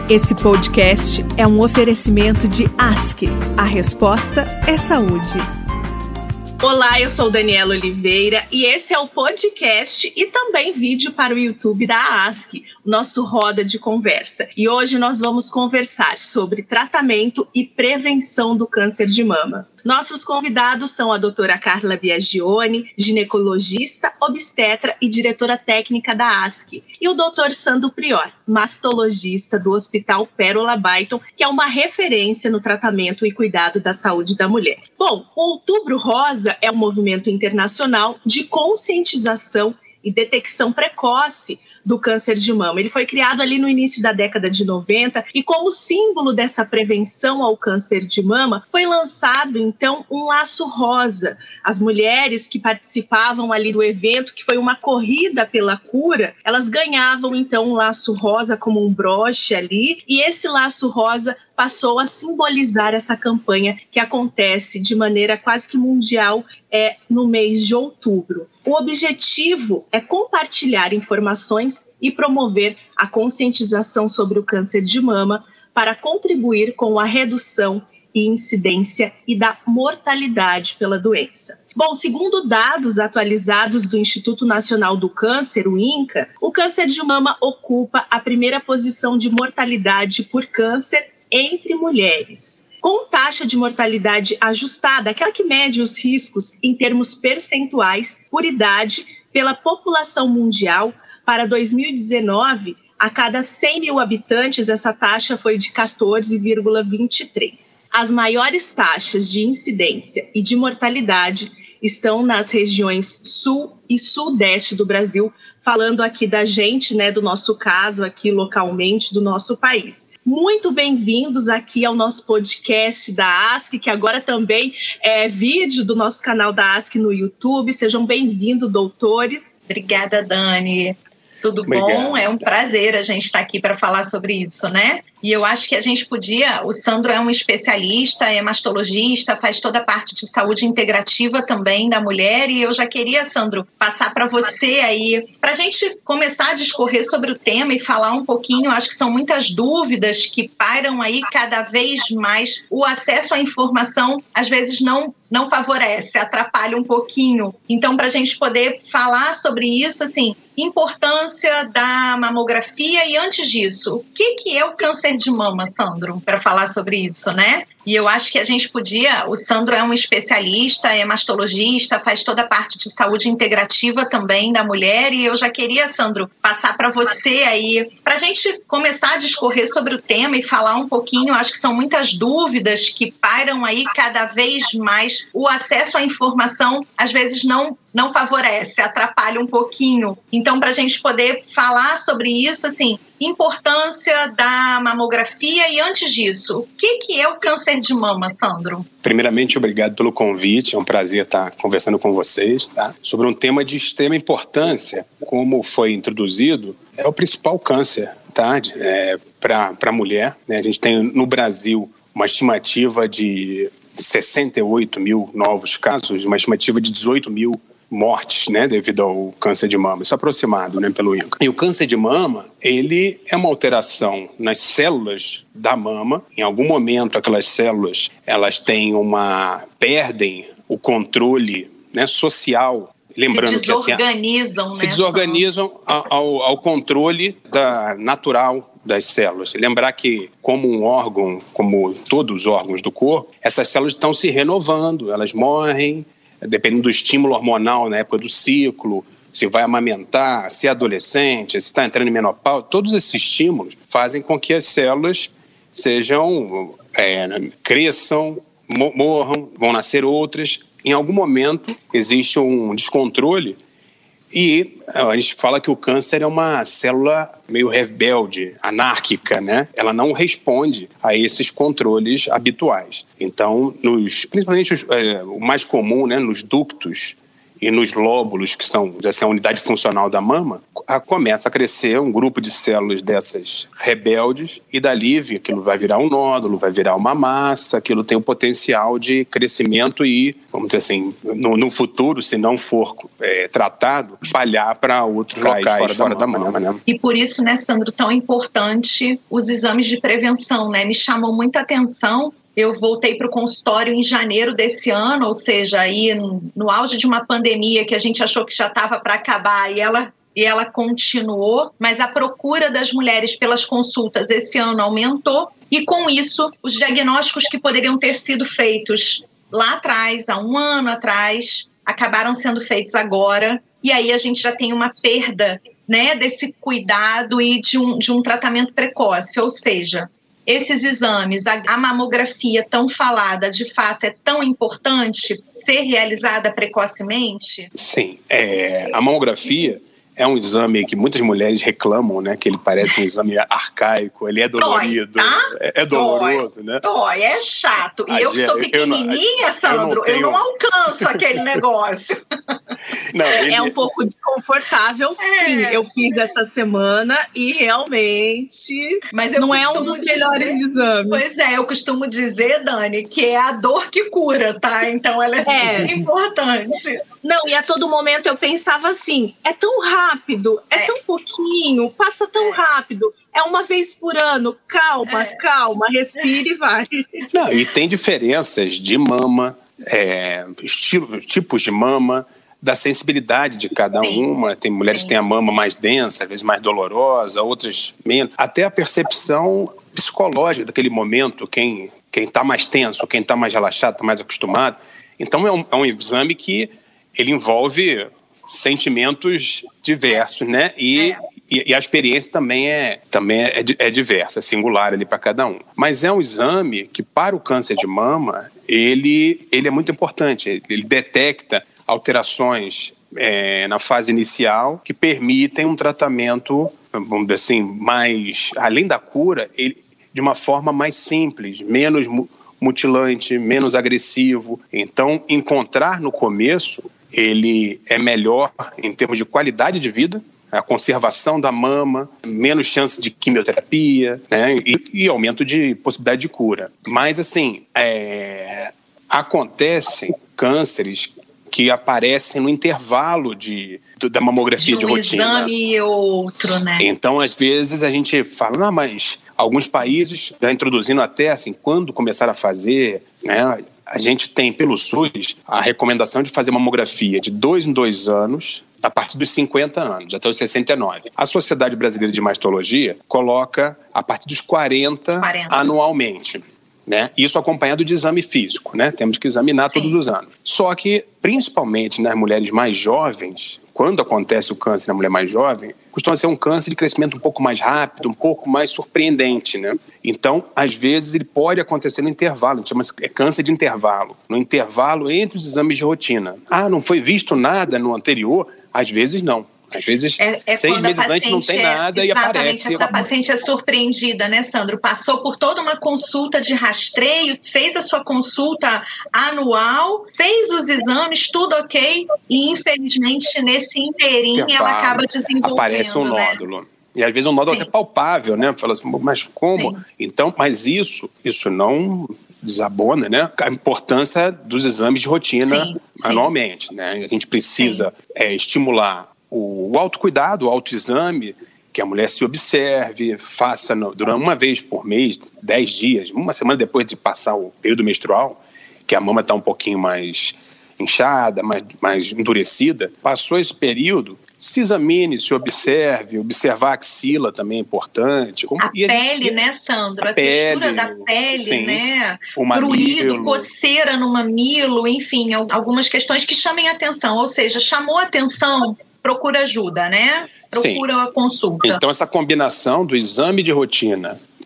Esse podcast é um oferecimento de Ask. A resposta é saúde. Olá, eu sou Daniela Oliveira e esse é o podcast e também vídeo para o YouTube da Ask, nosso Roda de Conversa. E hoje nós vamos conversar sobre tratamento e prevenção do câncer de mama. Nossos convidados são a doutora Carla Biagione, ginecologista, obstetra e diretora técnica da Ask, e o doutor Sandro Prior, mastologista do Hospital Pérola Baiton, que é uma referência no tratamento e cuidado da saúde da mulher. Bom, o Outubro Rosa é um movimento internacional de conscientização e detecção precoce do câncer de mama. Ele foi criado ali no início da década de 90 e como símbolo dessa prevenção ao câncer de mama foi lançado então um laço rosa. As mulheres que participavam ali do evento, que foi uma corrida pela cura, elas ganhavam então um laço rosa como um broche ali, e esse laço rosa passou a simbolizar essa campanha que acontece de maneira quase que mundial no mês de outubro. O objetivo é compartilhar informações e promover a conscientização sobre o câncer de mama para contribuir com a redução e incidência e da mortalidade pela doença. Bom, segundo dados atualizados do Instituto Nacional do Câncer, o INCA, o câncer de mama ocupa a primeira posição de mortalidade por câncer entre mulheres, com taxa de mortalidade ajustada, aquela que mede os riscos em termos percentuais por idade pela população mundial. Para 2019, a cada 100 mil habitantes, essa taxa foi de 14,23. As maiores taxas de incidência e de mortalidade estão nas regiões sul e sudeste do Brasil, falando aqui da gente, do nosso caso aqui localmente, do nosso país. Muito bem-vindos aqui ao nosso podcast da Ask, que agora também é vídeo do nosso canal da Ask no YouTube. Sejam bem-vindos, doutores. Obrigada, Dani. Tudo bom? É um prazer a gente estar aqui para falar sobre isso, né? E eu acho que a gente podia... O Sandro é um especialista, é mastologista, faz toda a parte de saúde integrativa também da mulher. E eu já queria, Sandro, passar para você aí, para a gente começar a discorrer sobre o tema e falar um pouquinho. Acho que são muitas dúvidas que pairam aí cada vez mais. O acesso à informação, às vezes, não favorece, atrapalha um pouquinho. Então, para a gente poder falar sobre isso, assim, importância da mamografia e, antes disso, o que é o câncer de mama, Sandro, para falar sobre isso, né? E eu acho que a gente podia... O Sandro é um especialista, é mastologista, faz toda a parte de saúde integrativa também da mulher. E eu já queria, Sandro, passar para você aí, para a gente começar a discorrer sobre o tema e falar um pouquinho. Acho que são muitas dúvidas que pairam aí cada vez mais. O acesso à informação, às vezes, não favorece, atrapalha um pouquinho. Então, para a gente poder falar sobre isso, assim, importância da mamografia e, antes disso, o que é o câncer de mama, Sandro? Primeiramente, obrigado pelo convite, é um prazer estar conversando com vocês, tá? Sobre um tema de extrema importância, como foi introduzido, é o principal câncer, tá? Para a mulher, né? A gente tem no Brasil uma estimativa de 68 mil novos casos, uma estimativa de 18 mil mortes, né, devido ao câncer de mama. Isso é aproximado, né, pelo INCA. E o câncer de mama, ele é uma alteração nas células da mama. Em algum momento, aquelas células, elas perdem o controle, né, social. Lembrando que assim, se desorganizam ao controle natural das células. Lembrar que, como um órgão, como todos os órgãos do corpo, essas células estão se renovando, elas morrem, dependendo do estímulo hormonal na época do ciclo, se vai amamentar, se é adolescente, se está entrando em menopausa, todos esses estímulos fazem com que as células cresçam, morram, vão nascer outras. Em algum momento existe um descontrole e a gente fala que o câncer é uma célula meio rebelde, anárquica, né? Ela não responde a esses controles habituais. Então, principalmente o mais comum, né, nos ductos e nos lóbulos, que são assim, a unidade funcional da mama, começa a crescer um grupo de células dessas rebeldes e dali aquilo vai virar um nódulo, vai virar uma massa, aquilo tem o potencial de crescimento e, vamos dizer assim, no futuro, se não for tratado, espalhar para outros locais fora da mama, né? E por isso, né, Sandro, tão importante os exames de prevenção, né? Me chamou muita atenção. Eu voltei para o consultório em janeiro desse ano, ou seja, aí no auge de uma pandemia que a gente achou que já estava para acabar e ela continuou, mas a procura das mulheres pelas consultas esse ano aumentou e com isso os diagnósticos que poderiam ter sido feitos lá atrás, há um ano atrás, acabaram sendo feitos agora e aí a gente já tem uma perda, né, desse cuidado e de um tratamento precoce, ou seja, esses exames, a mamografia tão falada, de fato, é tão importante ser realizada precocemente? Sim. A mamografia é um exame que muitas mulheres reclamam, né? Que ele parece um exame arcaico, ele é dolorido. Dói, tá? É doloroso, né? Dói, é chato. E eu que sou pequenininha, Sandro, eu não alcanço aquele negócio. Não, é um pouco desconfortável, sim. Eu fiz essa semana e realmente não é um dos melhores exames. Pois é, eu costumo dizer, Dani, que é a dor que cura, tá? Então ela é super importante. Não, e a todo momento eu pensava assim, é tão rápido, é tão pouquinho, passa tão rápido, é uma vez por ano, calma, respira e vai. Não, e tem diferenças de mama, tipos de mama, da sensibilidade de cada uma. Tem mulheres que têm a mama mais densa, às vezes mais dolorosa, outras menos. Até a percepção psicológica daquele momento, quem está mais tenso, quem está mais relaxado, está mais acostumado. Então é um exame que ele envolve sentimentos diversos, né? E a experiência também é diversa, é singular ali para cada um. Mas é um exame que, para o câncer de mama, ele é muito importante. Ele detecta alterações na fase inicial que permitem um tratamento, vamos dizer assim, mais, além da cura, de uma forma mais simples, menos mutilante, menos agressivo. Então, encontrar no começo, ele é melhor em termos de qualidade de vida, a conservação da mama, menos chance de quimioterapia, né, e aumento de possibilidade de cura. Mas, assim, acontecem cânceres que aparecem no intervalo da mamografia de rotina. De um exame e outro, né? Então, às vezes, a gente fala, não, mas alguns países já introduzindo até, assim, quando começar a fazer, né, a gente tem, pelo SUS, a recomendação de fazer mamografia de 2 em 2 anos, a partir dos 50 anos, até os 69. A Sociedade Brasileira de Mastologia coloca a partir dos 40. Anualmente. Né? Isso acompanhado de exame físico, né? Temos que examinar todos os anos. Só que, principalmente nas mulheres mais jovens, quando acontece o câncer na mulher mais jovem, costuma ser um câncer de crescimento um pouco mais rápido, um pouco mais surpreendente, né? Então, às vezes, ele pode acontecer no intervalo, chama-se câncer de intervalo, no intervalo entre os exames de rotina. Não foi visto nada no anterior? Às vezes, não. Às vezes, 6 meses antes não tem nada e aparece. Exatamente, a paciente é surpreendida, né, Sandro? Passou por toda uma consulta de rastreio, fez a sua consulta anual, fez os exames, tudo ok, e infelizmente nesse inteirinho ela acaba desenvolvendo. Aparece um nódulo. Né? E às vezes um nódulo até palpável, né? Fala assim, mas como? Sim. Então, mas isso não desabona, né? A importância dos exames de rotina anualmente, né? A gente precisa estimular o autocuidado, o autoexame, que a mulher se observe, faça durante uma vez por mês, 10 dias, uma semana depois de passar o período menstrual, que a mama está um pouquinho mais inchada, mais endurecida. Passou esse período, se examine, se observe, observar a axila também é importante. A pele, né, Sandro? A textura da pele, né? O grunhido, coceira no mamilo, enfim, algumas questões que chamem atenção, ou seja, chamou atenção, procura ajuda, né? Procura a consulta. Então, essa combinação do exame de rotina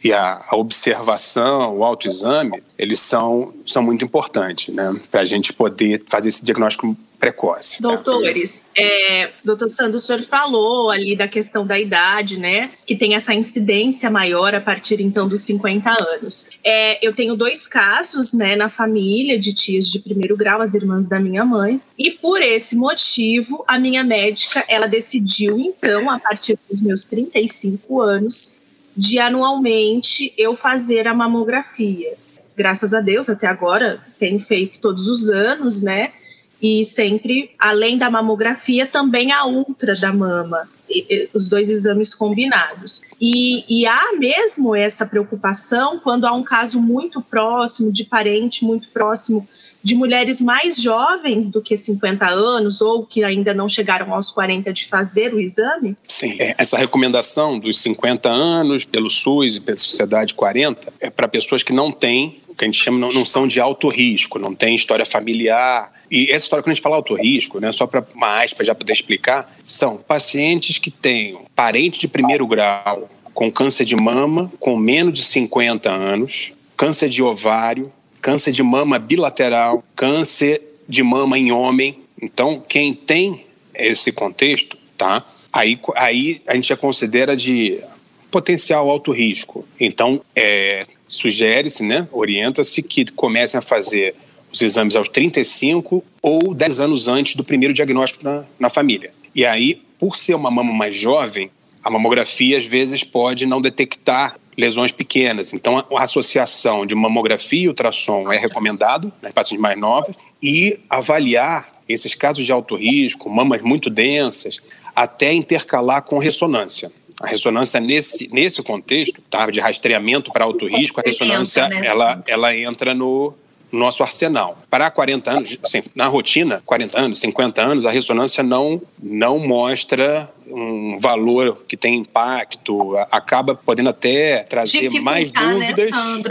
e a observação, o autoexame, eles são muito importantes, né, para a gente poder fazer esse diagnóstico precoce. Doutores, doutor Sandro, o senhor falou ali da questão da idade, né, que tem essa incidência maior a partir, então, dos 50 anos. Eu tenho 2 casos, né, na família de tias de primeiro grau, as irmãs da minha mãe, e por esse motivo, a minha médica, ela decidiu, então, a partir dos meus 35 anos, de anualmente eu fazer a mamografia. Graças a Deus, até agora, tenho feito todos os anos, né? E sempre, além da mamografia, também a ultra da mama, os 2 exames combinados. E há mesmo essa preocupação quando há um caso muito próximo, de parente muito próximo, de mulheres mais jovens do que 50 anos ou que ainda não chegaram aos 40 de fazer o exame? Sim, essa recomendação dos 50 anos pelo SUS e pela Sociedade 40 é para pessoas que não têm, o que a gente chama, não são de alto risco, não tem história familiar. E essa história, quando a gente fala alto risco, né, só para uma aspa já poder explicar, são pacientes que tenham parente de primeiro grau com câncer de mama com menos de 50 anos, câncer de ovário, câncer de mama bilateral, câncer de mama em homem. Então, quem tem esse contexto, tá? Aí a gente já considera de potencial alto risco. Então, sugere-se, né, orienta-se que comecem a fazer os exames aos 35 ou 10 anos antes do primeiro diagnóstico na família. E aí, por ser uma mama mais jovem, a mamografia às vezes pode não detectar lesões pequenas. Então, a associação de mamografia e ultrassom é recomendado nas pacientes mais novas e avaliar esses casos de alto risco, mamas muito densas, até intercalar com ressonância. A ressonância, nesse contexto, tá, de rastreamento para alto risco, a ressonância ela entra no nosso arsenal. Para 40 anos, assim, na rotina, 40 anos, 50 anos, a ressonância não mostra um valor que tem impacto, acaba podendo até trazer mais dúvidas,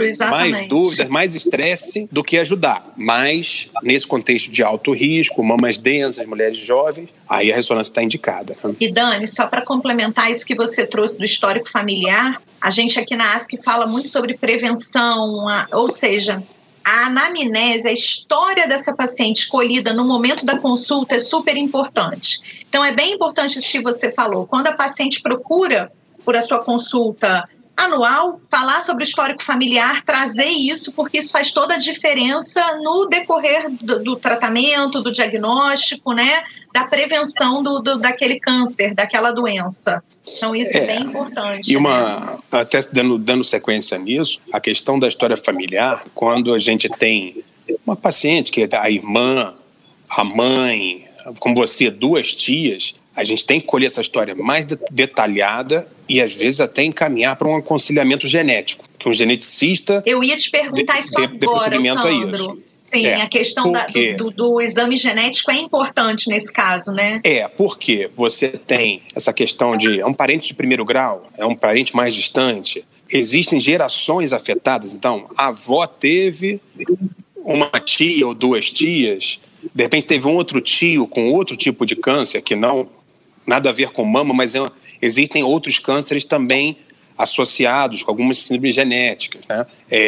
né, mais estresse do que ajudar. Mas, nesse contexto de alto risco, mamas densas, mulheres jovens, aí a ressonância está indicada. E Dani, só para complementar isso que você trouxe do histórico familiar, a gente aqui na ASC fala muito sobre prevenção, ou seja, a anamnese, a história dessa paciente escolhida no momento da consulta é super importante. Então, é bem importante isso que você falou. Quando a paciente procura por a sua consulta anual, falar sobre o histórico familiar, trazer isso, porque isso faz toda a diferença no decorrer do tratamento, do diagnóstico, né, da prevenção daquele câncer, daquela doença. Então, isso é bem importante. E até dando sequência nisso, a questão da história familiar, quando a gente tem uma paciente que é a irmã, a mãe, como você, 2 tias, a gente tem que colher essa história mais detalhada e, às vezes, até encaminhar para um aconselhamento genético, que um geneticista... Eu ia te perguntar isso agora, Sandro. Sim, a questão do exame genético é importante nesse caso, né? Porque você tem essa questão de... É um parente de primeiro grau, é um parente mais distante. Existem gerações afetadas. Então, a avó teve uma tia ou 2 tias, de repente teve um outro tio com outro tipo de câncer, que não... nada a ver com mama, mas existem outros cânceres também associados com algumas síndromes genéticas, né?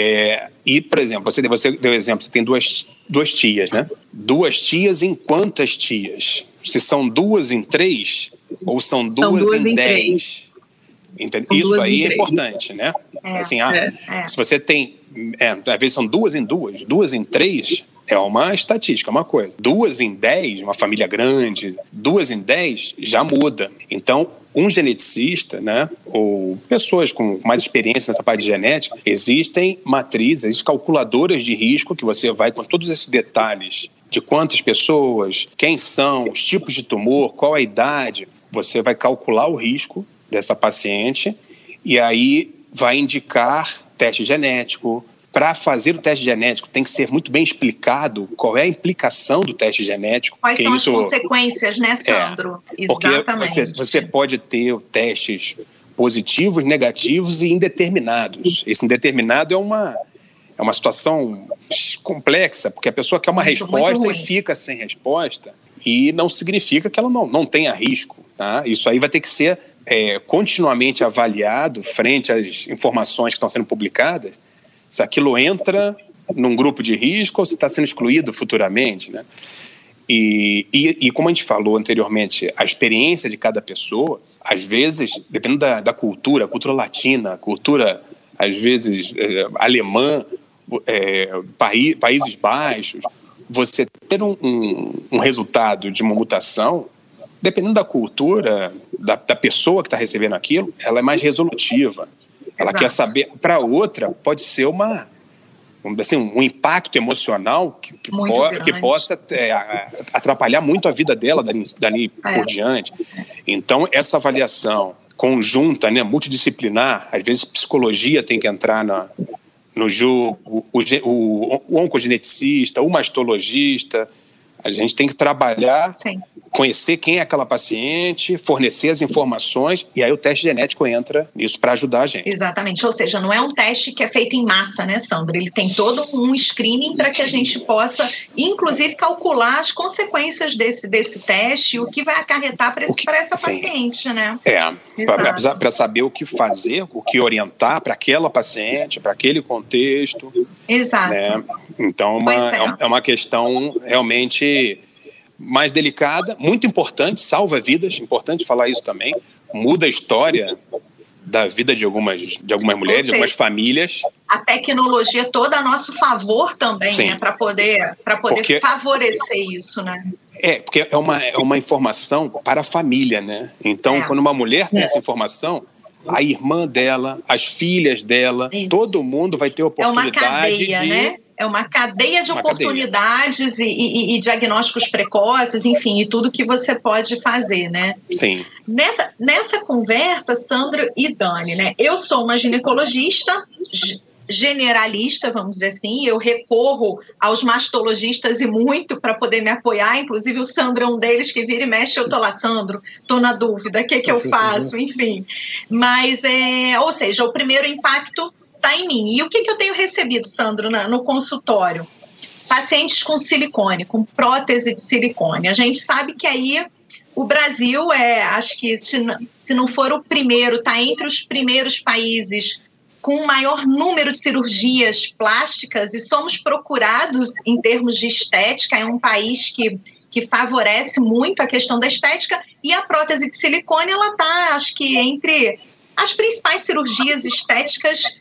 E, por exemplo, você deu exemplo, você tem duas tias, né? 2 tias em quantas tias? Se são 2 em 3 ou são 2 em 10? Isso aí é importante, né? Se você tem... às vezes são 2 em 2, 2 em 3... é uma estatística, uma coisa. 2 em 10, uma família grande, 2 em 10 já muda. Então, um geneticista, né, ou pessoas com mais experiência nessa parte de genética, existem matrizes, existem calculadoras de risco que você vai com todos esses detalhes de quantas pessoas, quem são, os tipos de tumor, qual a idade, você vai calcular o risco dessa paciente e aí vai indicar teste genético. Para fazer o teste genético, tem que ser muito bem explicado qual é a implicação do teste genético. Quais são as consequências, né, Sandro? Exatamente. Porque você pode ter testes positivos, negativos e indeterminados. Esse indeterminado é uma situação complexa, porque a pessoa quer uma resposta e fica sem resposta, e não significa que ela não tenha risco. Tá? Isso aí vai ter que ser continuamente avaliado frente às informações que estão sendo publicadas, se aquilo entra num grupo de risco ou se está sendo excluído futuramente, né? E como a gente falou anteriormente, a experiência de cada pessoa, às vezes, dependendo da cultura, cultura latina, cultura, às vezes, alemã, Países Baixos, você ter um resultado de uma mutação, dependendo da cultura, da pessoa que está recebendo aquilo, ela é mais resolutiva. Ela Exato. Quer saber. Para outra, pode ser vamos dizer assim, um impacto emocional que possa atrapalhar muito a vida dela dali por diante. Então, essa avaliação conjunta, né, multidisciplinar, às vezes psicologia tem que entrar no jogo, o oncogeneticista, o mastologista, a gente tem que trabalhar, Sim. conhecer quem é aquela paciente, fornecer as informações, e aí o teste genético entra nisso para ajudar a gente. Exatamente, ou seja, não é um teste que é feito em massa, né, Sandro? Ele tem todo um screening para que a gente possa, inclusive, calcular as consequências desse teste, o que vai acarretar para essa paciente, né? Para saber o que fazer, o que orientar para aquela paciente, para aquele contexto. Exato. Né? Então, é uma questão realmente mais delicada, muito importante, salva vidas, importante falar isso também, muda a história da vida de algumas mulheres, de algumas famílias. A tecnologia toda a nosso favor também, Sim. né, para poder favorecer isso, né? Porque é uma informação para a família, né? Então, quando uma mulher tem essa informação, a irmã dela, as filhas dela, todo mundo vai ter oportunidade uma cadeia, né? É uma cadeia de oportunidades e diagnósticos precoces, enfim, e tudo que você pode fazer, né? Sim. Nessa conversa, Sandro e Dani, né? Eu sou uma ginecologista generalista, vamos dizer assim, eu recorro aos mastologistas e muito para poder me apoiar, inclusive o Sandro é um deles que vira e mexe, eu tô lá, Sandro, tô na dúvida, o que eu faço, enfim. Mas, ou seja, o primeiro impacto está em mim. E o que eu tenho recebido, Sandro, no consultório? Pacientes com silicone, com prótese de silicone. A gente sabe que aí o Brasil acho que se não for o primeiro, está entre os primeiros países com o maior número de cirurgias plásticas e somos procurados em termos de estética. É um país que favorece muito a questão da estética e a prótese de silicone, ela está, acho que, entre as principais cirurgias estéticas,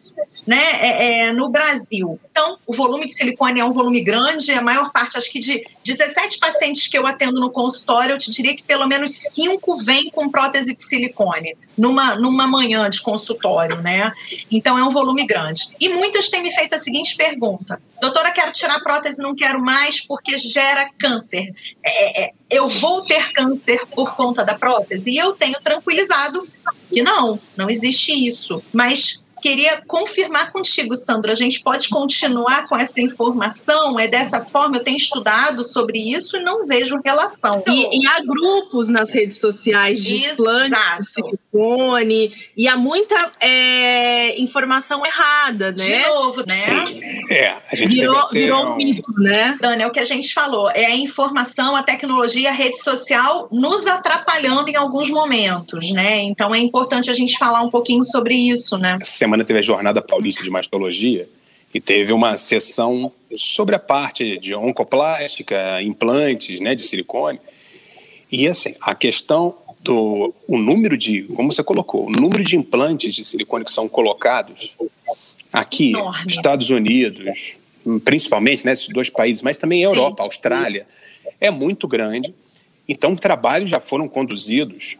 né, no Brasil. Então, o volume de silicone é um volume grande, a maior parte, acho que de 17 pacientes que eu atendo no consultório, eu te diria que pelo menos 5 vêm com prótese de silicone, numa manhã de consultório, né? Então, é um volume grande. E muitas têm me feito a seguinte pergunta: doutora, quero tirar a prótese, não quero mais porque gera câncer. Eu vou ter câncer por conta da prótese? E eu tenho tranquilizado que não existe isso. Mas queria confirmar contigo, Sandra, a gente pode continuar com essa informação? É dessa forma? Eu tenho estudado sobre isso e não vejo relação. E há grupos nas redes sociais de explante de silicone e há muita informação errada, né? De novo, né? Sim. A gente virou um mito, né? Dani, é o que a gente falou. É a informação, a tecnologia, a rede social nos atrapalhando em alguns momentos, né? Então é importante a gente falar um pouquinho sobre isso, né? Semana teve a Jornada Paulista de Mastologia e teve uma sessão sobre a parte de oncoplástica, implantes, né, de silicone. E assim, a questão o número de, como você colocou, o número de implantes de silicone que são colocados aqui, nos Estados Unidos, principalmente, né, esses 2 países, mas também Europa, Austrália, é muito grande. Então, trabalhos já foram conduzidos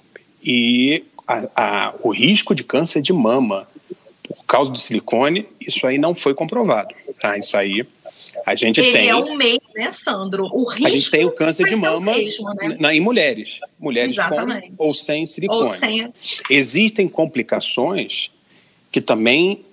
e o risco de câncer de mama por causa do silicone, isso aí não foi comprovado. Tá? Isso aí a gente tem... é um meio, né, Sandro? O risco a gente tem o câncer de mama mesmo, né? em mulheres com ou sem silicone. Existem complicações que também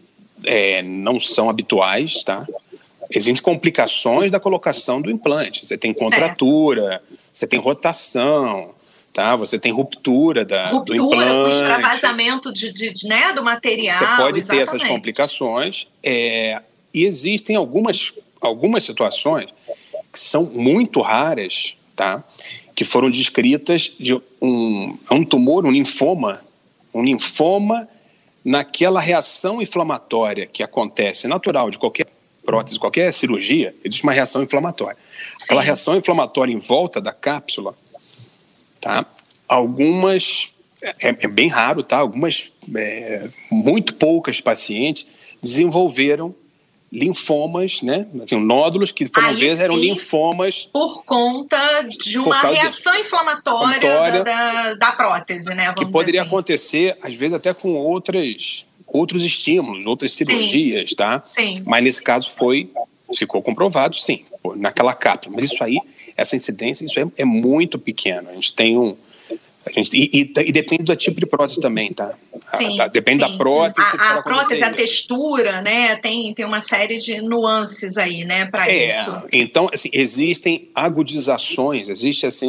não são habituais, tá? Existem complicações da colocação do implante. Você tem contratura, você tem rotação, tá? Você tem ruptura do implante. Com extravasamento do material. Você pode ter essas complicações. E existem algumas situações que são muito raras, tá? Que foram descritas de um tumor, um linfoma Um linfoma, naquela reação inflamatória que acontece, natural, de qualquer prótese, qualquer cirurgia, existe uma reação inflamatória. Aquela reação inflamatória em volta da cápsula, tá? Algumas, é bem raro, tá? Algumas, muito poucas pacientes desenvolveram linfomas, né? Assim, nódulos que foram vezes eram linfomas por conta de uma reação inflamatória da prótese, né? Que poderia acontecer, às vezes, até com outros estímulos, outras cirurgias, tá? Sim. Mas nesse caso ficou comprovado, sim, naquela cápsula. Mas isso aí, essa incidência, isso é muito pequeno. A gente tem e depende do tipo de prótese também, tá? Sim, depende da prótese. A prótese, a textura, né? Tem uma série de nuances aí, né, para isso. Então, assim, existem agudizações, existe assim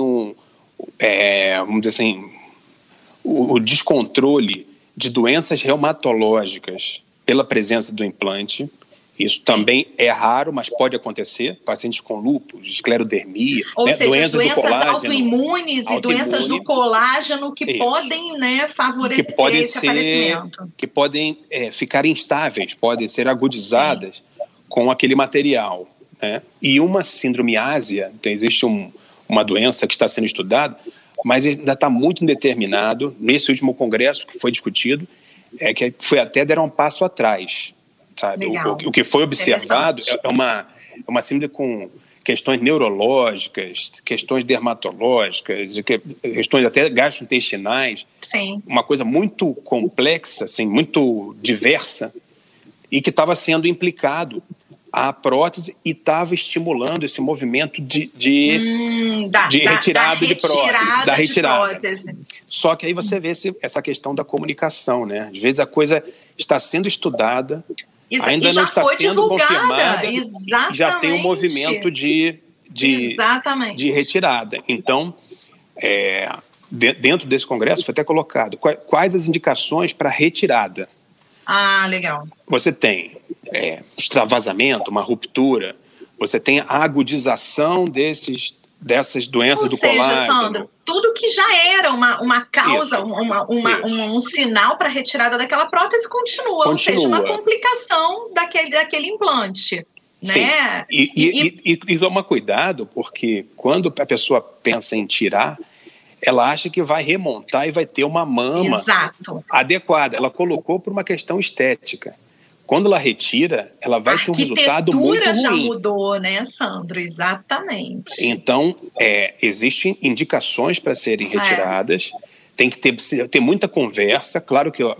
vamos dizer assim, o descontrole de doenças reumatológicas pela presença do implante. Isso também é raro, mas pode acontecer. Pacientes com lúpus, esclerodermia, ou né? seja, doenças do colágeno, autoimunes e doenças do colágeno que podem, né, favorecer esse aparecimento. Que podem ficar instáveis, podem ser agudizadas com aquele material, né? E uma síndrome ásia, existe uma doença que está sendo estudada, mas ainda está muito indeterminado. Nesse último congresso que foi discutido, que deram um passo atrás. Sabe? O que foi observado é uma síndrome com questões neurológicas, questões dermatológicas, questões até gastrointestinais. Sim. Uma coisa muito complexa, assim, muito diversa, e que estava sendo implicado à prótese e estava estimulando esse movimento de retirada de prótese, da retirada. Só que aí você vê essa questão da comunicação, né? Às vezes a coisa está sendo estudada, ainda não está sendo confirmada, e já tem um movimento de retirada. Então, dentro desse congresso foi até colocado quais as indicações para retirada. Ah, legal. Você tem extravasamento, uma ruptura, você tem a agudização dessas doenças do colágeno. Sandro, tudo que já era uma causa, um sinal para a retirada daquela prótese continua, ou seja, uma complicação daquele implante. Sim. Né? E toma cuidado, porque quando a pessoa pensa em tirar, ela acha que vai remontar e vai ter uma mama adequada. Ela colocou por uma questão estética. Quando ela retira, ela vai ter um resultado muito ruim. A arquitetura já mudou, né, Sandro? Exatamente. Então, existem indicações para serem retiradas. Tem que ter muita conversa. Claro que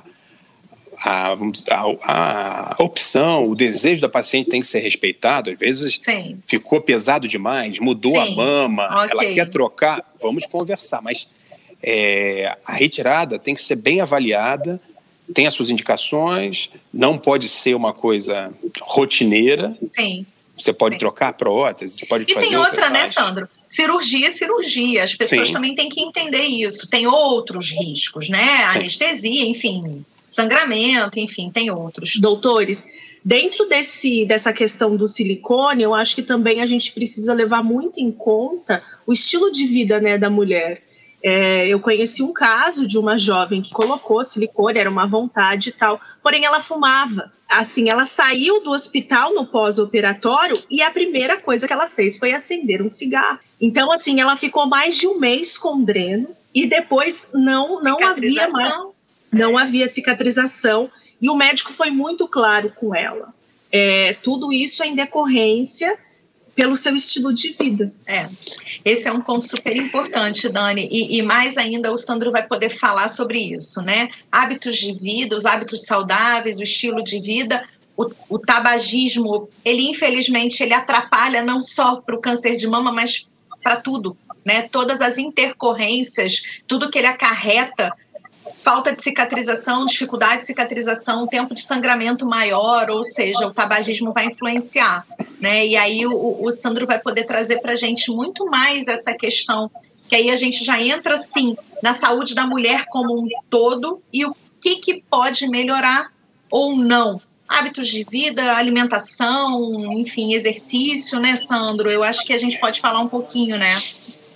a opção, o desejo da paciente tem que ser respeitado. Às vezes ficou pesado demais, mudou a mama, ela quer trocar, vamos conversar. Mas a retirada tem que ser bem avaliada, tem as suas indicações, não pode ser uma coisa rotineira. Sim. Você pode trocar a prótese, você pode fazer tem outra, né, Sandro? Cirurgia é cirurgia. As pessoas também têm que entender isso. Tem outros riscos, né? Anestesia, enfim, sangramento, enfim, tem outros. Doutores, dentro dessa questão do silicone, eu acho que também a gente precisa levar muito em conta o estilo de vida, né, da mulher. Eu conheci um caso de uma jovem que colocou silicone, era uma vontade e tal, porém ela fumava. Assim, ela saiu do hospital no pós-operatório e a primeira coisa que ela fez foi acender um cigarro. Então, assim, ela ficou mais de um mês com dreno e depois não havia cicatrização, e o médico foi muito claro com ela. Tudo isso é em decorrência pelo seu estilo de vida. Esse é um ponto super importante, Dani, e mais ainda o Sandro vai poder falar sobre isso, né? Hábitos de vida, os hábitos saudáveis, o estilo de vida, o tabagismo, ele infelizmente ele atrapalha não só para o câncer de mama, mas para tudo, né? Todas as intercorrências, tudo que ele acarreta, falta de cicatrização, dificuldade de cicatrização, tempo de sangramento maior, ou seja, o tabagismo vai influenciar, né? E aí o Sandro vai poder trazer para a gente muito mais essa questão, que aí a gente já entra, assim, na saúde da mulher como um todo e o que pode melhorar ou não. Hábitos de vida, alimentação, enfim, exercício, né, Sandro? Eu acho que a gente pode falar um pouquinho, né?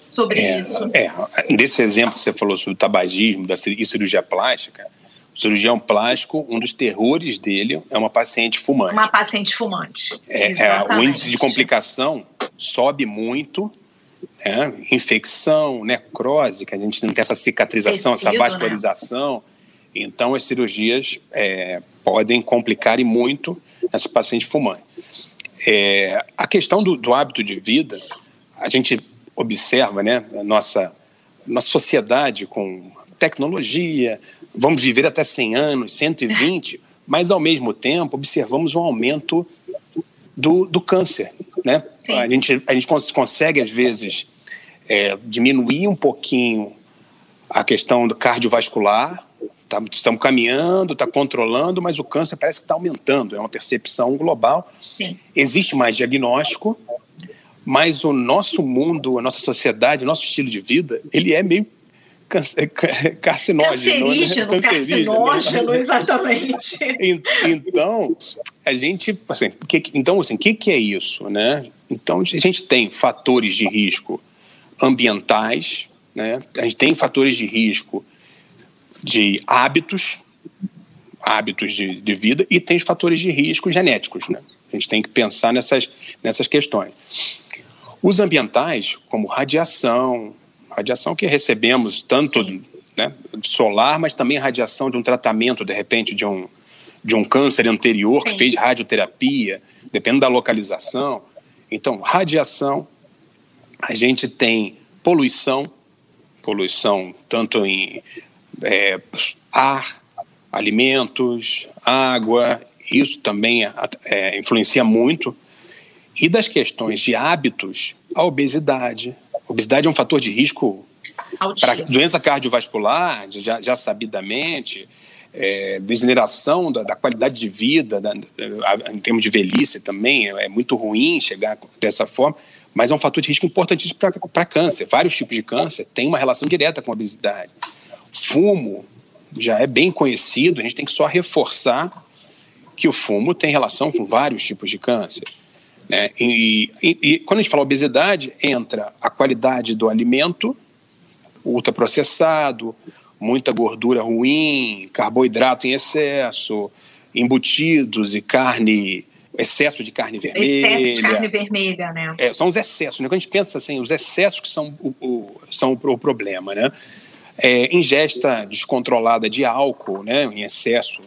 sobre isso. Desse exemplo que você falou sobre o tabagismo e cirurgia plástica, o cirurgião plástico, um dos terrores dele é uma paciente fumante. Uma paciente fumante. O índice de complicação sobe muito, infecção, necrose, que a gente não tem essa cicatrização, essa vascularização. Né? Então, as cirurgias podem complicar e muito essa paciente fumante. A questão do hábito de vida, a gente observa, né, a nossa sociedade com tecnologia, vamos viver até 100 anos, 120, mas, ao mesmo tempo, observamos um aumento do câncer. Né? A gente consegue, às vezes, diminuir um pouquinho a questão do cardiovascular, estamos caminhando, está controlando, mas o câncer parece que está aumentando, é uma percepção global. Sim. Existe mais diagnóstico, mas o nosso mundo, a nossa sociedade, o nosso estilo de vida, ele é meio carcinógeno. Carcinógeno, exatamente. Então, a gente... o que é isso? Né? Então, a gente tem fatores de risco ambientais, né? A gente tem fatores de risco de hábitos de vida e tem os fatores de risco genéticos, né? A gente tem que pensar nessas questões. Os ambientais, como radiação que recebemos tanto, né, solar, mas também radiação de um tratamento, de repente, de um câncer anterior que fez radioterapia, dependendo da localização. Então, radiação, a gente tem poluição tanto em ar, alimentos, água, isso também influencia muito. E das questões de hábitos, a obesidade. A obesidade é um fator de risco para doença cardiovascular, já sabidamente, degeneração da qualidade de vida, em termos de velhice também, é muito ruim chegar dessa forma, mas é um fator de risco importantíssimo para câncer. Vários tipos de câncer têm uma relação direta com a obesidade. Fumo já é bem conhecido, a gente tem que só reforçar que o fumo tem relação com vários tipos de câncer. Né? E quando a gente fala obesidade, entra a qualidade do alimento, ultraprocessado, muita gordura ruim, carboidrato em excesso, embutidos e excesso de carne vermelha. Excesso de carne vermelha, né? São os excessos, né? Quando a gente pensa assim, os excessos que são o problema, né? Ingesta descontrolada de álcool, né, em excesso,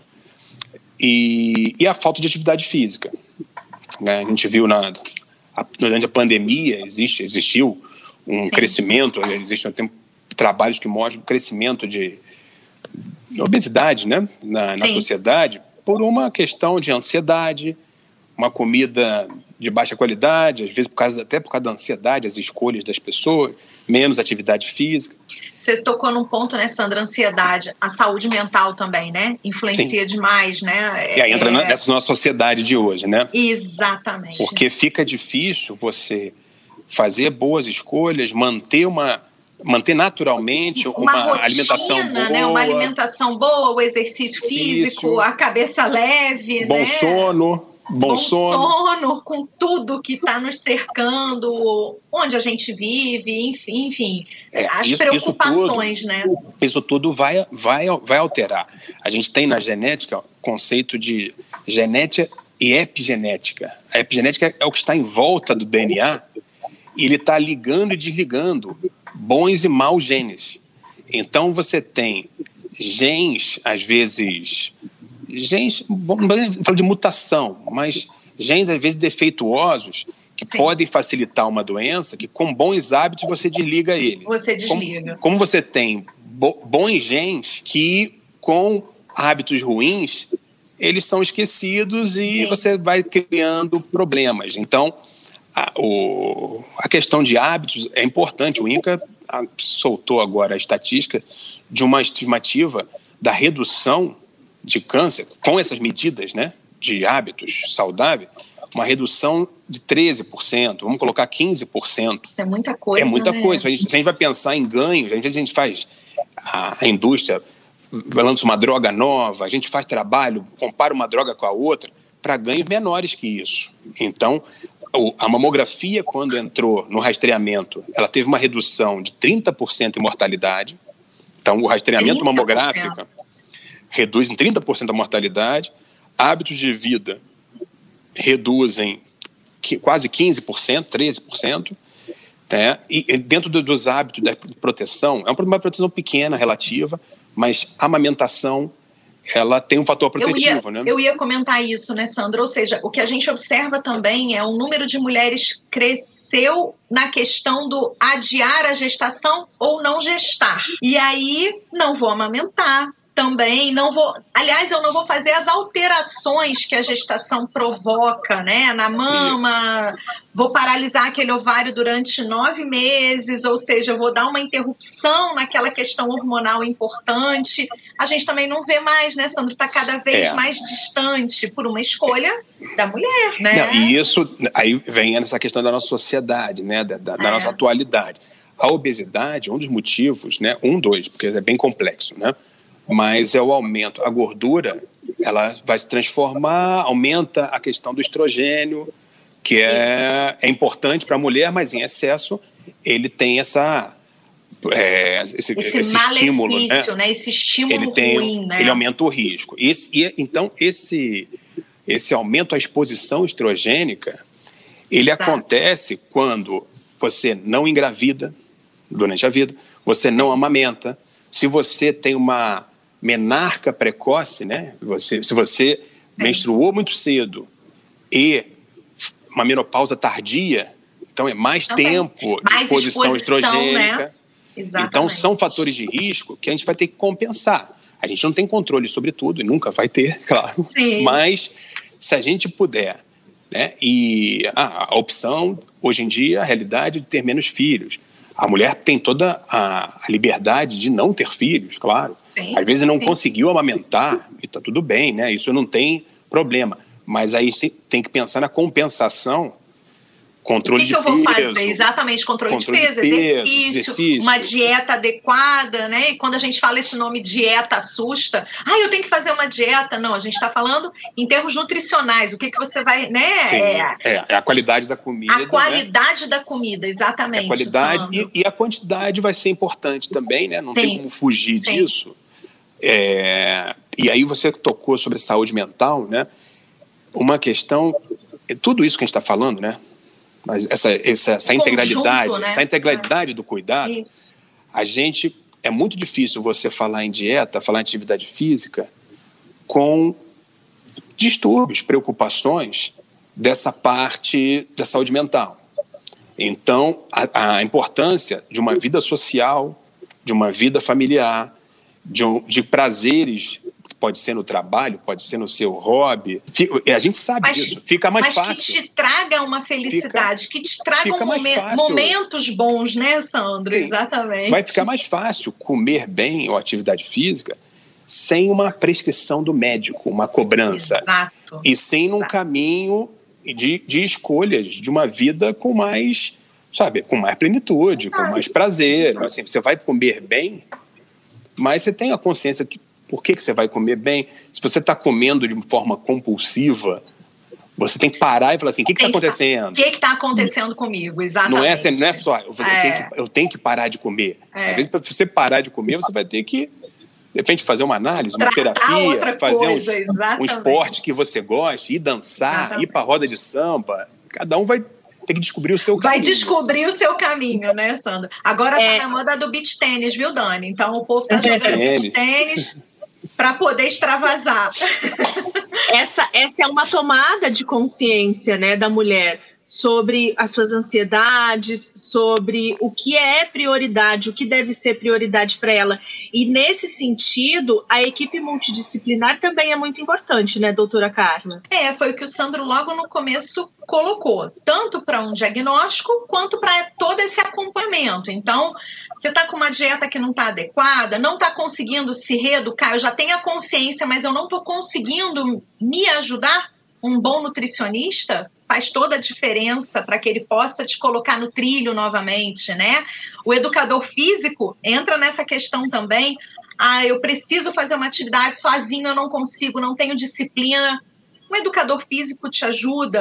e a falta de atividade física. Né? A gente viu durante a pandemia, existiu um crescimento, existem trabalhos que mostram o crescimento de obesidade, né, na sociedade, por uma questão de ansiedade, uma comida de baixa qualidade, às vezes até por causa da ansiedade, as escolhas das pessoas, menos atividade física. Você tocou num ponto, né, Sandra? Ansiedade, a saúde mental também, né? Influencia demais, né? E aí entra nessa nossa sociedade de hoje, né? Exatamente. Porque fica difícil você fazer boas escolhas, manter naturalmente uma rotina, alimentação boa, né? Uma alimentação boa, o exercício físico, a cabeça leve, bom sono. Bom sono, com tudo que está nos cercando, onde a gente vive, enfim, as preocupações, né? Isso tudo vai alterar. A gente tem na genética o conceito de genética e epigenética. A epigenética é o que está em volta do DNA e ele está ligando e desligando bons e maus genes. Então você tem genes, às vezes... genes, vamos falar de mutação, mas genes às vezes defeituosos que podem facilitar uma doença, que com bons hábitos você desliga ele. Você desliga. Como você tem bons genes que com hábitos ruins, eles são esquecidos e você vai criando problemas. Então, a questão de hábitos é importante. O INCA soltou agora a estatística de uma estimativa da redução de câncer, com essas medidas, né, de hábitos saudáveis, uma redução de 13%, vamos colocar 15%. Isso é muita coisa, É muita né? coisa. Se a gente vai pensar em ganhos, às vezes a gente faz, a indústria lança uma droga nova, a gente faz trabalho, compara uma droga com a outra, para ganhos menores que isso. Então, A mamografia, quando entrou no rastreamento, ela teve uma redução de 30% em mortalidade. Então, o rastreamento 30%. Mamográfico reduz em 30% a mortalidade. Hábitos de vida reduzem quase 15%, 13%. Né? E dentro dos hábitos da proteção, é uma proteção pequena, relativa, mas a amamentação, ela tem um fator protetivo, né? Eu ia comentar isso, né, Sandra? Ou seja, o que a gente observa também é o número de mulheres cresceu na questão do adiar a gestação ou não gestar. E aí, não vou amamentar. Também não vou... Aliás, eu não vou fazer as alterações que a gestação provoca, né? Na mama, vou paralisar aquele ovário durante 9 meses, ou seja, eu vou dar uma interrupção naquela questão hormonal importante. A gente também não vê mais, né, Sandro? Está cada vez mais distante por uma escolha da mulher, né? Não, e isso aí vem essa questão da nossa sociedade, né? Da nossa atualidade. A obesidade, um dos motivos, né? Porque é bem complexo, né? Mas é o aumento. A gordura, ela vai se transformar, aumenta a questão do estrogênio, que é importante para a mulher, mas em excesso ele tem esse estímulo, né? Esse estímulo ruim, né? Ele aumenta o risco. Então, esse aumento à exposição estrogênica, ele acontece quando você não engravida durante a vida, você não amamenta, se você tem uma menarca precoce, né? Se você menstruou muito cedo e uma menopausa tardia, então é mais tempo de exposição estrogênica. Né? Então são fatores de risco que a gente vai ter que compensar. A gente não tem controle sobre tudo e nunca vai ter, claro. Sim. Mas se a gente puder, né? E a opção, hoje em dia, a realidade de ter menos filhos. A mulher tem toda a liberdade de não ter filhos, claro. Sim, às vezes não conseguiu amamentar, e está tudo bem, né? Isso não tem problema. Mas aí tem que pensar na compensação, controle de peso. O que eu vou fazer? Exatamente, controle de peso, exercício, uma dieta adequada, né? E quando a gente fala esse nome dieta, assusta. Eu tenho que fazer uma dieta. Não, a gente está falando em termos nutricionais. O que você vai, né? Sim, é a qualidade da comida. A qualidade da comida, exatamente. A qualidade e a quantidade vai ser importante também, né? Não tem como fugir disso. E aí você tocou sobre saúde mental, né? Uma questão, tudo isso que a gente está falando, né? Mas essa integralidade, né? Essa integralidade do cuidado, é muito difícil você falar em dieta, falar em atividade física com distúrbios, preocupações dessa parte da saúde mental. Então, a importância de uma vida social, de uma vida familiar, de prazeres, pode ser no trabalho, pode ser no seu hobby. A gente sabe disso. Fica mais fácil. Mas que te traga uma felicidade, que te traga momentos bons, né, Sandro? Sim. Exatamente. Vai ficar mais fácil comer bem ou atividade física sem uma prescrição do médico, uma cobrança. Exato. E sem um caminho de escolhas de uma vida com mais, com mais plenitude, com mais prazer. Assim, você vai comer bem, mas você tem a consciência que por que você vai comer bem? Se você está comendo de forma compulsiva, você tem que parar e falar assim, o que está acontecendo? O que está acontecendo comigo? Exatamente. Não é só, eu tenho que parar de comer. Às vezes, para você parar de comer, você vai ter que, de repente, fazer uma análise, uma terapia, fazer um esporte que você goste, ir dançar, ir para a roda de samba. Cada um vai ter que descobrir o seu caminho. Vai descobrir o seu caminho, né, Sandra? Agora tá na moda do beach tênis, viu, Dani? Então o povo tá jogando beach tênis para poder extravasar. Essa é uma tomada de consciência, né, da mulher sobre as suas ansiedades, sobre o que é prioridade, o que deve ser prioridade para ela. E nesse sentido, a equipe multidisciplinar também é muito importante, né, doutora Carla? Foi o que o Sandro logo no começo colocou, tanto para um diagnóstico quanto para todo esse acompanhamento. Então, você está com uma dieta que não está adequada, não está conseguindo se reeducar, eu já tenho a consciência, mas eu não estou conseguindo me ajudar. Um bom nutricionista faz toda a diferença para que ele possa te colocar no trilho novamente, né? O educador físico entra nessa questão também. Eu preciso fazer uma atividade sozinho, eu não consigo, não tenho disciplina. O educador físico te ajuda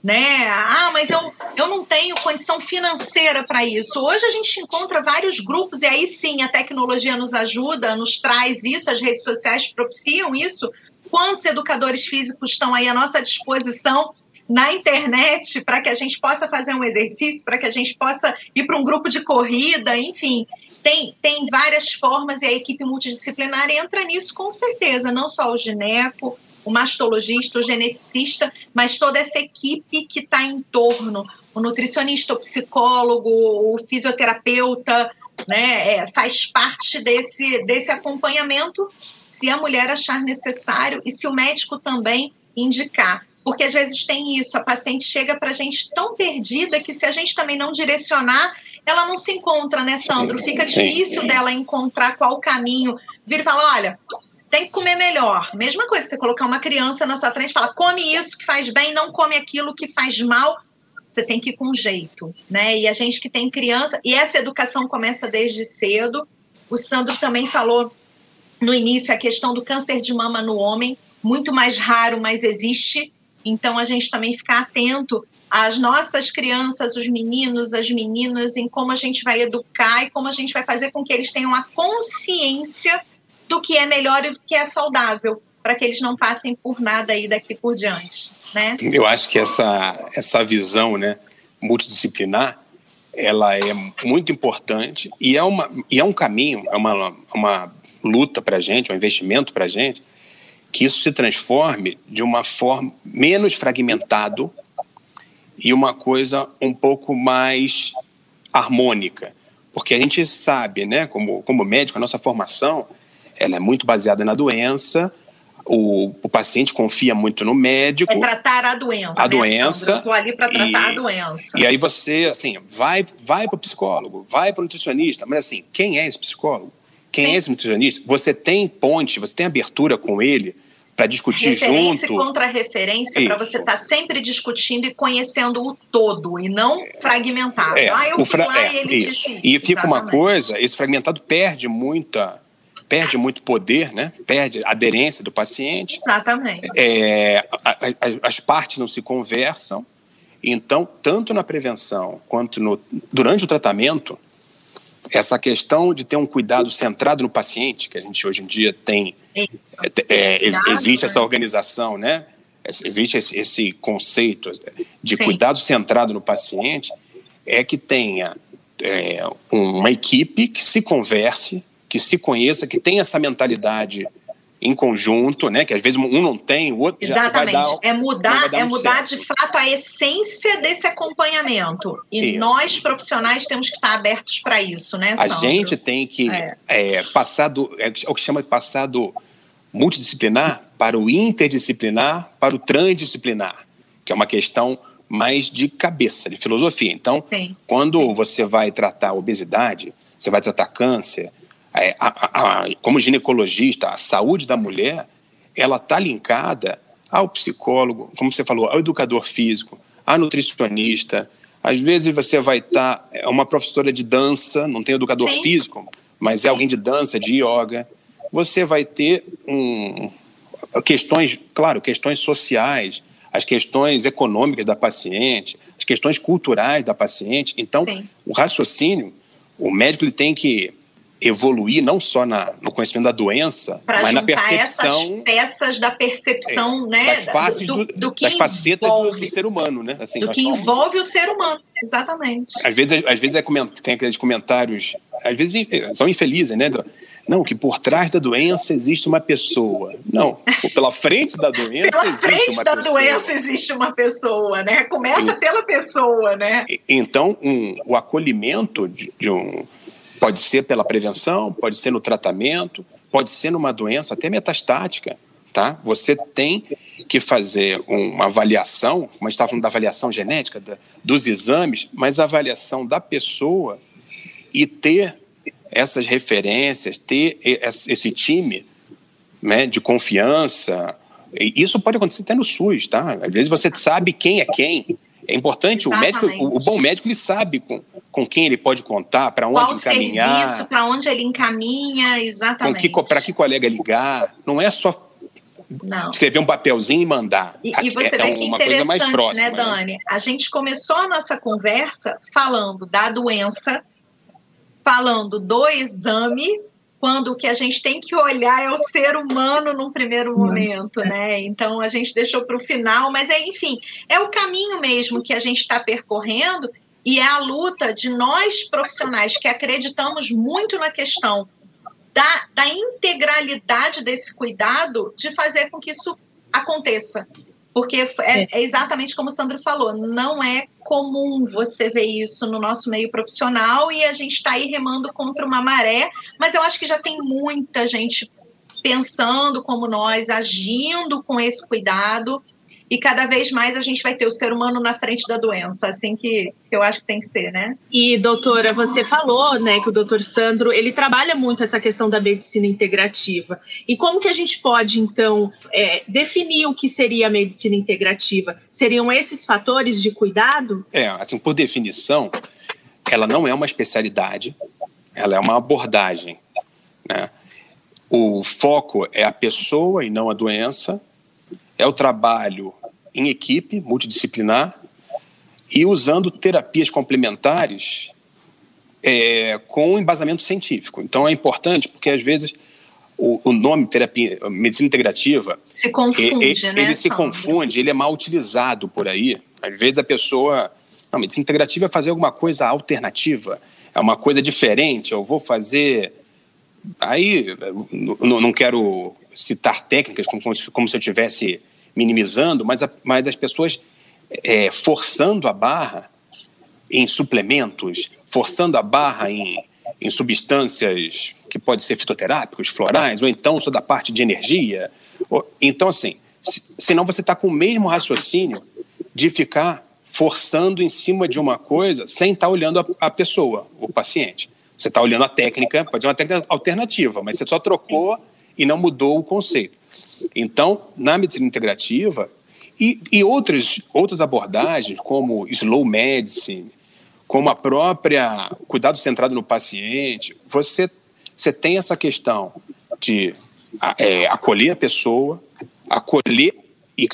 né? Mas eu não tenho condição financeira para isso. Hoje a gente encontra vários grupos, e aí sim a tecnologia nos ajuda, nos traz isso, as redes sociais propiciam isso. Quantos educadores físicos estão aí à nossa disposição na internet para que a gente possa fazer um exercício, para que a gente possa ir para um grupo de corrida, enfim. Tem várias formas, e a equipe multidisciplinar entra nisso com certeza, não só o gineco, o mastologista, o geneticista, mas toda essa equipe que está em torno, o nutricionista, o psicólogo, o fisioterapeuta, né, faz parte desse acompanhamento, se a mulher achar necessário e se o médico também indicar. Porque às vezes tem isso, a paciente chega para a gente tão perdida que se a gente também não direcionar, ela não se encontra, né, Sandro? Fica difícil dela encontrar qual caminho. Vira e fala, olha, tem que comer melhor. Mesma coisa, você colocar uma criança na sua frente e falar, come isso que faz bem, não come aquilo que faz mal. Você tem que ir com jeito, né? E a gente que tem criança, e essa educação começa desde cedo. O Sandro também falou no início a questão do câncer de mama no homem, muito mais raro, mas existe. Então, a gente também ficar atento às nossas crianças, os meninos, as meninas, em como a gente vai educar e como a gente vai fazer com que eles tenham a consciência do que é melhor e do que é saudável, para que eles não passem por nada aí daqui por diante, né? Eu acho que essa visão, né, multidisciplinar, ela é muito importante e é um caminho, é uma luta para a gente, um investimento para a gente, que isso se transforme de uma forma menos fragmentado e uma coisa um pouco mais harmônica. Porque a gente sabe, né, como médico, a nossa formação ela é muito baseada na doença, o paciente confia muito no médico. É tratar a doença. A doença. Sandra? Eu estou ali para tratar a doença. E aí você, assim, vai para o psicólogo, vai para o nutricionista, mas assim, quem é esse psicólogo? Quem é esse nutricionista? Você tem ponte, você tem abertura com ele para discutir referência junto. E contra-referência para você estar sempre discutindo e conhecendo o todo e não fragmentado. Eu fui lá e ele disse isso. E fica uma coisa, esse fragmentado perde muito poder, né? Perde a aderência do paciente. Exatamente. As partes não se conversam. Então, tanto na prevenção quanto durante o tratamento, essa questão de ter um cuidado centrado no paciente, que a gente hoje em dia tem, existe essa organização, né? Existe esse conceito de cuidado centrado no paciente, é que tenha uma equipe que se converse, que se conheça, que tenha essa mentalidade em conjunto, né? Que às vezes um não tem, o outro Exatamente. Já vai mudar de fato a essência desse acompanhamento. E nós, profissionais, temos que estar abertos para isso, né, Sandro? A gente tem que passar o que chama de passar do multidisciplinar para o interdisciplinar, para o transdisciplinar, que é uma questão mais de cabeça, de filosofia. Então, quando você vai tratar obesidade, você vai tratar câncer, como ginecologista, a saúde da mulher, ela está linkada ao psicólogo, como você falou, ao educador físico, ao nutricionista. Às vezes você vai estar, uma professora de dança, não tem educador físico, mas é alguém de dança, de yoga. Você vai ter questões sociais, as questões econômicas da paciente, as questões culturais da paciente. Então, o raciocínio, o médico ele tem que evoluir não só no conhecimento da doença, mas na percepção... essas peças da percepção, né? Das facetas do ser humano, né? Assim, do que envolve o ser humano, exatamente. Às vezes tem aqueles comentários, às vezes são infelizes, né? Não, que por trás da doença existe uma pessoa. Não, pela frente da doença existe uma pessoa, né? Começa pela pessoa, né? Então, o acolhimento de um... Pode ser pela prevenção, pode ser no tratamento, pode ser numa doença até metastática, tá? Você tem que fazer uma avaliação, como a gente estava falando da avaliação genética, dos exames, mas a avaliação da pessoa e ter essas referências, ter esse time, né, de confiança. E isso pode acontecer até no SUS, tá? Às vezes você sabe quem é quem. É importante, o bom médico ele sabe com quem ele pode contar, para onde encaminhar. Qual serviço, para onde ele encaminha, exatamente. Para que colega ligar. Não é só escrever um papelzinho e mandar. E você vê que interessante, né, Dani? A gente começou a nossa conversa falando da doença, falando do exame, quando o que a gente tem que olhar é o ser humano num primeiro momento, né? Então, a gente deixou para o final, mas, enfim, é o caminho mesmo que a gente está percorrendo e é a luta de nós profissionais que acreditamos muito na questão da integralidade desse cuidado de fazer com que isso aconteça. Porque é exatamente como o Sandro falou, não é comum você ver isso no nosso meio profissional e a gente está aí remando contra uma maré, mas eu acho que já tem muita gente pensando como nós, agindo com esse cuidado, e cada vez mais a gente vai ter o ser humano na frente da doença, assim que eu acho que tem que ser, né? E, doutora, você falou, né, que o doutor Sandro, ele trabalha muito essa questão da medicina integrativa. E como que a gente pode, então, definir o que seria a medicina integrativa? Seriam esses fatores de cuidado? Assim, por definição, ela não é uma especialidade, ela é uma abordagem, né? O foco é a pessoa e não a doença, é o trabalho em equipe, multidisciplinar, e usando terapias complementares com embasamento científico. Então, é importante porque, às vezes, o nome terapia, medicina integrativa... Se confunde, né? Ele se confunde, ele é mal utilizado por aí. Às vezes, a pessoa... Não, medicina integrativa é fazer alguma coisa alternativa, é uma coisa diferente, eu vou fazer... Aí, não quero citar técnicas como se eu estivesse minimizando, mas as pessoas forçando a barra em suplementos, forçando a barra em substâncias que podem ser fitoterápicos, florais, ou então só da parte de energia. Então, assim, senão você está com o mesmo raciocínio de ficar forçando em cima de uma coisa sem estar olhando a pessoa, o paciente. Você está olhando a técnica, pode ser uma técnica alternativa, mas você só trocou e não mudou o conceito. Então, na medicina integrativa e outras abordagens, como slow medicine, como a própria cuidado centrado no paciente, você tem essa questão de acolher a pessoa, acolher e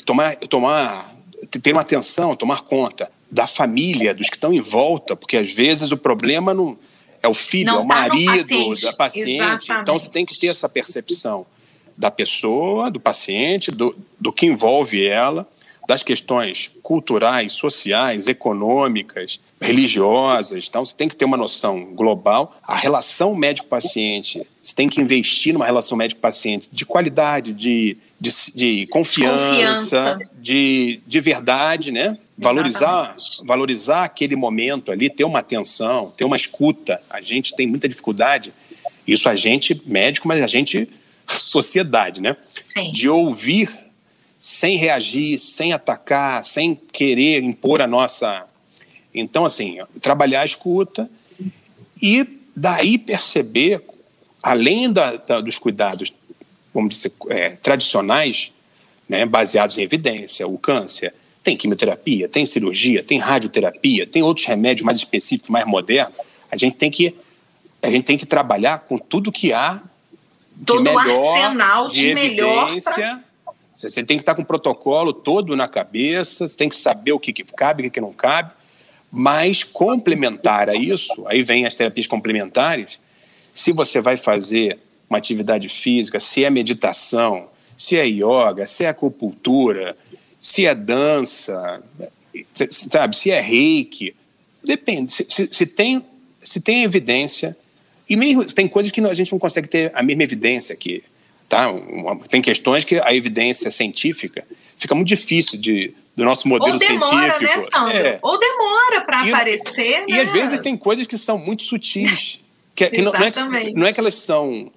ter uma atenção, tomar conta da família, dos que estão em volta, porque às vezes o problema não é o filho, é o marido da paciente. Exatamente. Então, você tem que ter essa percepção da pessoa, do paciente, do que envolve ela, das questões culturais, sociais, econômicas, religiosas. Então, você tem que ter uma noção global. A relação médico-paciente, você tem que investir numa relação médico-paciente de qualidade, de confiança, de verdade, né? Valorizar aquele momento ali, ter uma atenção, ter uma escuta. A gente tem muita dificuldade, isso a gente médico, mas a gente sociedade, né? Sim. De ouvir sem reagir, sem atacar, sem querer impor a nossa... Então, assim, trabalhar a escuta e daí perceber, além dos cuidados, vamos dizer, tradicionais, né, baseados em evidência, o câncer, tem quimioterapia, tem cirurgia, tem radioterapia, tem outros remédios mais específicos, mais modernos. A gente tem que trabalhar com tudo que há de todo melhor, o arsenal de evidência. Melhor Você tem que estar com o protocolo todo na cabeça, você tem que saber o que cabe e o que não cabe, mas complementar a isso, aí vem as terapias complementares, se você vai fazer uma atividade física, se é meditação, se é yoga, se é acupuntura, se é dança, sabe, se é reiki, depende, se tem evidência, e mesmo tem coisas que a gente não consegue ter a mesma evidência aqui, tá? Tem questões que a evidência científica fica muito difícil do nosso modelo científico. Ou demora, né, Sandro? Ou demora para aparecer, e né? às vezes tem coisas que são muito sutis, que não é que elas são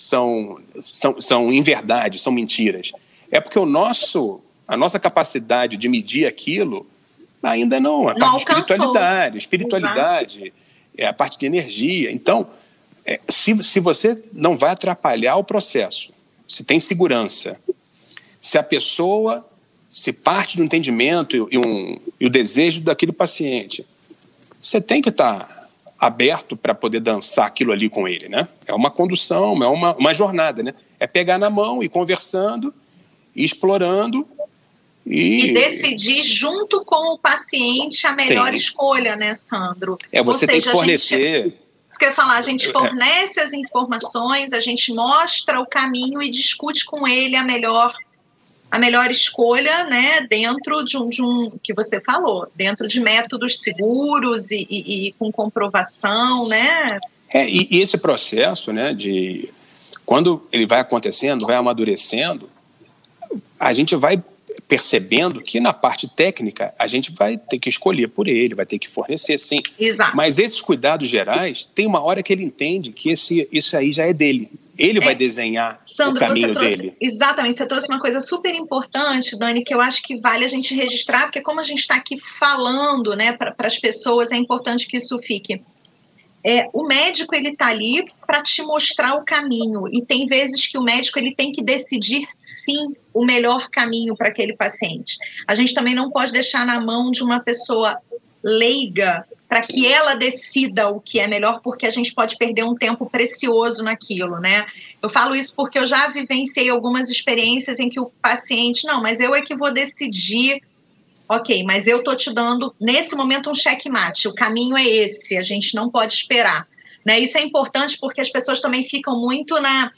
em verdade, são mentiras. É porque a nossa capacidade de medir aquilo ainda não. A parte de espiritualidade, a parte de energia. Então, se você não vai atrapalhar o processo, se tem segurança, se a pessoa, se parte do entendimento e o desejo daquele paciente, você tem que estar aberto para poder dançar aquilo ali com ele, né? É uma condução, é uma jornada, né? É pegar na mão e conversando explorando e decidir junto com o paciente a melhor escolha, né, Sandro? Você tem que fornecer... Isso que eu ia falar, a gente fornece as informações, a gente mostra o caminho e discute com ele a melhor escolha, né, dentro de um que você falou, dentro de métodos seguros e com comprovação, né? E esse processo, né, quando ele vai acontecendo, vai amadurecendo, a gente vai percebendo que na parte técnica a gente vai ter que escolher por ele, vai ter que fornecer, sim. Exato. Mas esses cuidados gerais, tem uma hora que ele entende que isso aí já é dele. Ele vai desenhar Sandro, o caminho dele. Exatamente, você trouxe uma coisa super importante, Dani, que eu acho que vale a gente registrar, porque como a gente está aqui falando, né, para as pessoas, é importante que isso fique. O médico, ele está ali para te mostrar o caminho, e tem vezes que o médico ele tem que decidir, sim, o melhor caminho para aquele paciente. A gente também não pode deixar na mão de uma pessoa leiga para que ela decida o que é melhor, porque a gente pode perder um tempo precioso naquilo, né? Eu falo isso porque eu já vivenciei algumas experiências em que o paciente, não, mas eu é que vou decidir. Ok, mas eu estou te dando, nesse momento, um checkmate. O caminho é esse, a gente não pode esperar. Né? Isso é importante porque as pessoas também ficam muito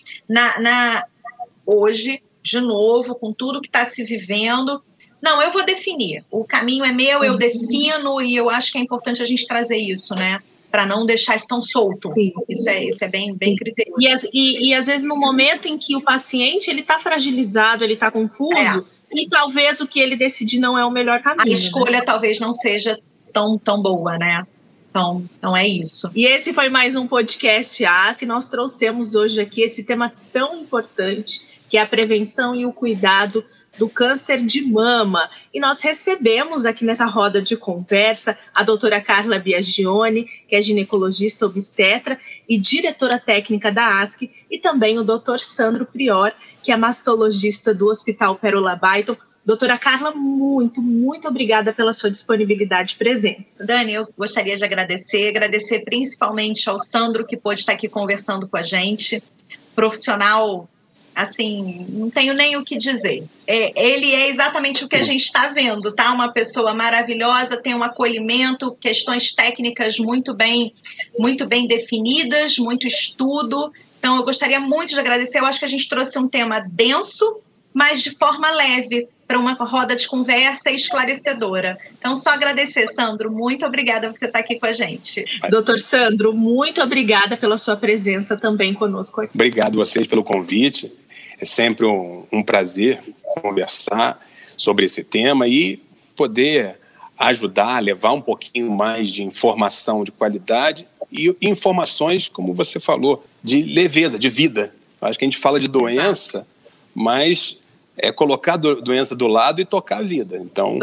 hoje, de novo, com tudo que está se vivendo. Não, eu vou definir. O caminho é meu, eu defino, e eu acho que é importante a gente trazer isso, né? Para não deixar isso tão solto. Sim. Isso é bem criterioso. E às vezes, no momento em que o paciente está fragilizado, ele está confuso... E talvez o que ele decidir não é o melhor caminho. A escolha talvez não seja tão boa, né? Então é isso. E esse foi mais um podcast ASC. Nós trouxemos hoje aqui esse tema tão importante, que é a prevenção e o cuidado do câncer de mama. E nós recebemos aqui nessa roda de conversa a doutora Carla Biagione, que é ginecologista obstetra e diretora técnica da ASC, e também o doutor Sandro Prior, que é mastologista do Hospital Pérola Baiton. Doutora Carla, muito obrigada pela sua disponibilidade e presença. Dani, eu gostaria de agradecer principalmente ao Sandro, que pôde estar aqui conversando com a gente, profissional, assim, não tenho nem o que dizer. Ele é exatamente o que a gente está vendo, tá? Uma pessoa maravilhosa, tem um acolhimento, questões técnicas muito bem definidas, muito estudo. Então, eu gostaria muito de agradecer. Eu acho que a gente trouxe um tema denso, mas de forma leve, para uma roda de conversa esclarecedora. Então, só agradecer, Sandro. Muito obrigada por você estar aqui com a gente. Doutor Sandro, muito obrigada pela sua presença também conosco aqui. Obrigado a vocês pelo convite. É sempre um prazer conversar sobre esse tema e poder ajudar, levar um pouquinho mais de informação de qualidade e informações, como você falou, de leveza, de vida. Acho que a gente fala de doença, mas é colocar a doença do lado e tocar a vida. Então,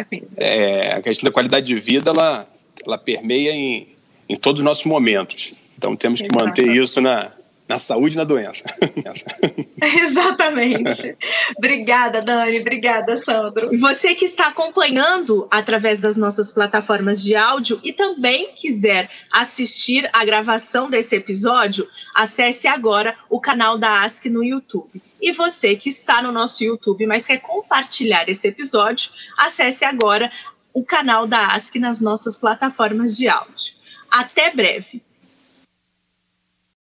a questão da qualidade de vida, ela permeia em todos os nossos momentos. Então, temos que manter isso na saúde e na doença. Exatamente. Obrigada, Dani. Obrigada, Sandro. E você que está acompanhando através das nossas plataformas de áudio e também quiser assistir a gravação desse episódio, acesse agora o canal da ASC no YouTube. E você que está no nosso YouTube, mas quer compartilhar esse episódio, acesse agora o canal da ASC nas nossas plataformas de áudio. Até breve!